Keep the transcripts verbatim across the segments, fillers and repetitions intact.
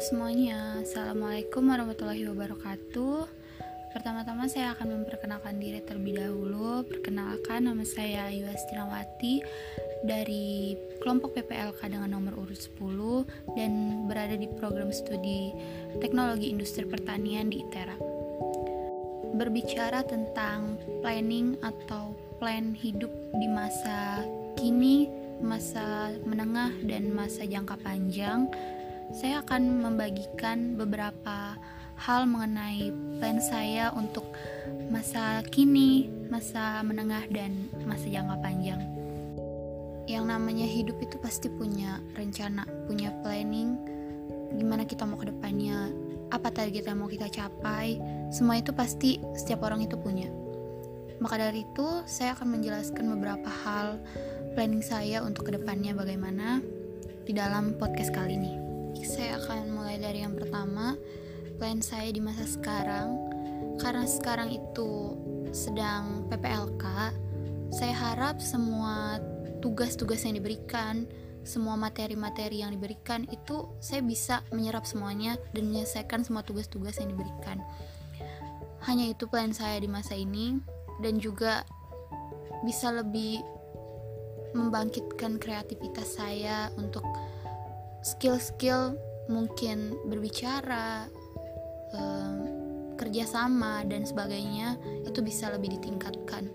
semuanya, Assalamualaikum warahmatullahi wabarakatuh. Pertama-tama saya akan memperkenalkan diri terlebih dahulu. Perkenalkan, nama saya Ayu Astinawati dari kelompok P P L K dengan nomor urut sepuluh dan berada di program studi Teknologi Industri Pertanian di ITERA. Berbicara tentang planning atau plan hidup di masa kini, masa menengah, dan masa jangka panjang, saya akan membagikan beberapa hal mengenai plan saya untuk masa kini, masa menengah, dan masa jangka panjang. Yang namanya hidup itu pasti punya rencana, punya planning, gimana kita mau ke depannya, apa target yang mau kita capai, semua itu pasti setiap orang itu punya. Maka dari itu, saya akan menjelaskan beberapa hal planning saya untuk ke depannya bagaimana di dalam podcast kali ini. Saya akan mulai dari yang pertama, plan saya di masa sekarang. Karena sekarang itu sedang P P L K, saya harap semua tugas-tugas yang diberikan, semua materi-materi yang diberikan itu saya bisa menyerap semuanya dan menyelesaikan semua tugas-tugas yang diberikan. Hanya itu plan saya di masa ini, dan juga bisa lebih membangkitkan kreativitas saya untuk skill-skill mungkin berbicara, um, kerjasama, dan sebagainya itu bisa lebih ditingkatkan.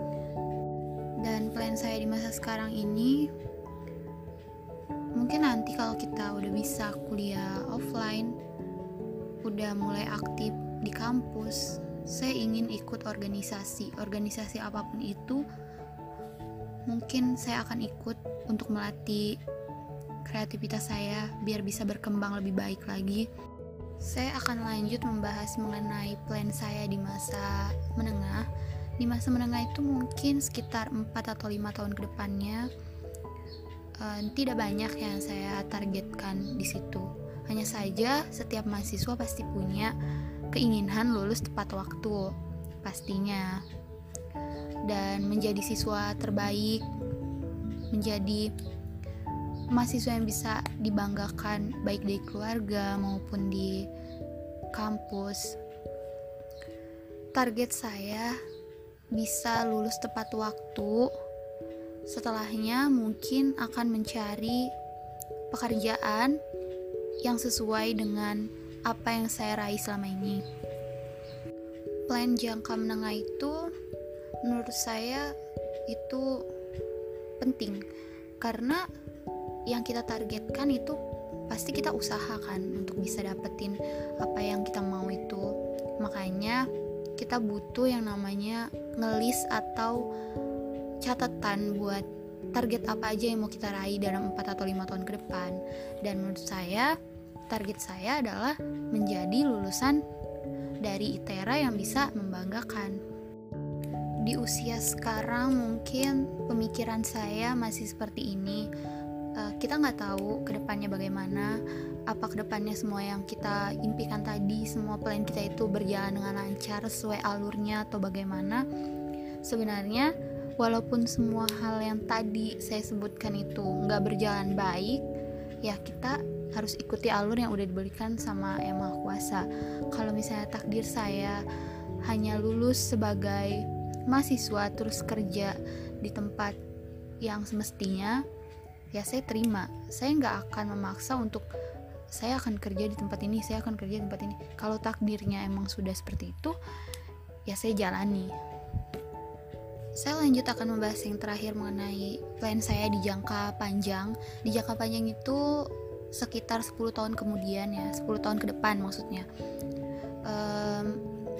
Dan plan saya di masa sekarang ini, mungkin nanti kalau kita udah bisa kuliah offline, udah mulai aktif di kampus, saya ingin ikut organisasi, organisasi apapun itu. Mungkin saya akan ikut untuk melatih kreativitas saya biar bisa berkembang lebih baik lagi. Saya akan lanjut membahas mengenai plan saya di masa menengah. Di masa menengah itu mungkin sekitar empat atau lima tahun ke depannya. uh, Tidak banyak yang saya targetkan di situ. Hanya saja setiap mahasiswa pasti punya keinginan lulus tepat waktu, pastinya. Dan menjadi siswa terbaik, menjadi mahasiswa yang bisa dibanggakan baik dari keluarga maupun di kampus. Target saya bisa lulus tepat waktu. Setelahnya mungkin akan mencari pekerjaan yang sesuai dengan apa yang saya raih selama ini. Plan jangka menengah itu menurut saya itu penting, karena yang kita targetkan itu pasti kita usahakan untuk bisa dapetin apa yang kita mau itu. Makanya kita butuh yang namanya ngelis atau catatan buat target apa aja yang mau kita raih dalam empat atau lima tahun ke depan. Dan menurut saya, target saya adalah menjadi lulusan dari ITERA yang bisa membanggakan. Di usia sekarang mungkin pemikiran saya masih seperti ini. Uh, kita nggak tahu kedepannya bagaimana, apa kedepannya semua yang kita impikan tadi, semua plan kita itu berjalan dengan lancar sesuai alurnya atau bagaimana. Sebenarnya walaupun semua hal yang tadi saya sebutkan itu nggak berjalan baik, ya kita harus ikuti alur yang udah diberikan sama Yang Maha Kuasa. Kalau misalnya takdir saya hanya lulus sebagai mahasiswa terus kerja di tempat yang semestinya, ya saya terima. Saya nggak akan memaksa untuk saya akan kerja di tempat ini, saya akan kerja di tempat ini. Kalau takdirnya emang sudah seperti itu, ya saya jalani. Saya lanjut akan membahas yang terakhir mengenai plan saya di jangka panjang. Di jangka panjang itu sekitar sepuluh tahun kemudian, ya sepuluh tahun ke depan maksudnya. um,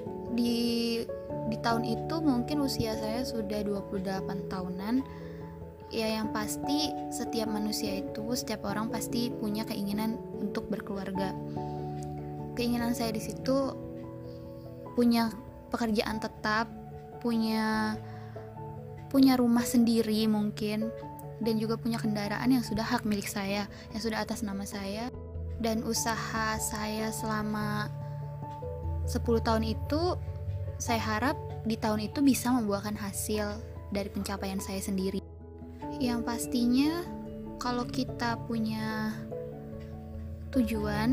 di di tahun itu mungkin usia saya sudah dua puluh delapan tahunan. Ya, yang pasti setiap manusia itu, setiap orang pasti punya keinginan untuk berkeluarga. Keinginan saya di situ punya pekerjaan tetap, punya punya rumah sendiri mungkin, dan juga punya kendaraan yang sudah hak milik saya, yang sudah atas nama saya. Dan usaha saya selama sepuluh tahun itu, saya harap di tahun itu bisa membuahkan hasil dari pencapaian saya sendiri. Yang pastinya kalau kita punya tujuan,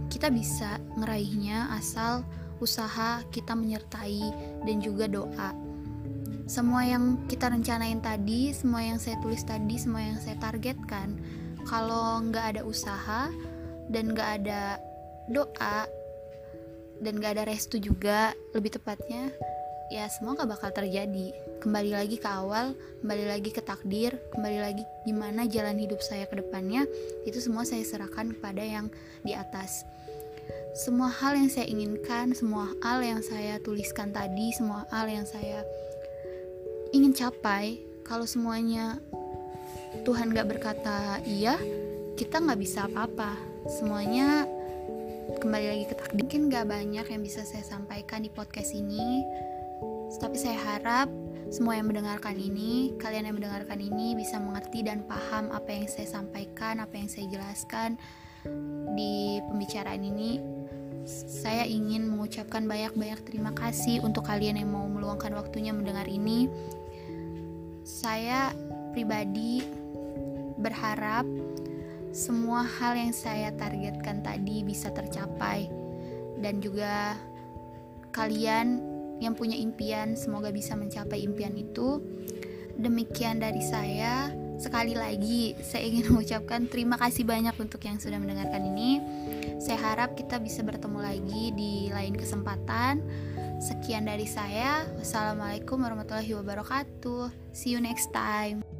kita bisa ngeraihnya asal usaha kita menyertai dan juga doa. Semua yang kita rencanain tadi, semua yang saya tulis tadi, semua yang saya targetkan, kalau nggak ada usaha dan nggak ada doa dan nggak ada restu juga, lebih tepatnya, ya semua nggak bakal terjadi. Kembali lagi ke awal, kembali lagi ke takdir, kembali lagi gimana jalan hidup saya ke depannya, itu semua saya serahkan kepada yang di atas. Semua hal yang saya inginkan, semua hal yang saya tuliskan tadi, semua hal yang saya ingin capai, kalau semuanya Tuhan gak berkata iya, kita gak bisa apa-apa. Semuanya kembali lagi ke takdir. Mungkin gak banyak yang bisa saya sampaikan di podcast ini, tapi saya harap semua yang mendengarkan ini, kalian yang mendengarkan ini bisa mengerti dan paham apa yang saya sampaikan, apa yang saya jelaskan di pembicaraan ini. Saya ingin mengucapkan banyak-banyak terima kasih untuk kalian yang mau meluangkan waktunya mendengar ini. Saya pribadi berharap semua hal yang saya targetkan tadi bisa tercapai, dan juga kalian yang punya impian semoga bisa mencapai impian itu. Demikian dari saya. Sekali lagi saya ingin mengucapkan terima kasih banyak untuk yang sudah mendengarkan ini. Saya harap kita bisa bertemu lagi di lain kesempatan. Sekian dari saya. Wassalamualaikum warahmatullahi wabarakatuh. See you next time.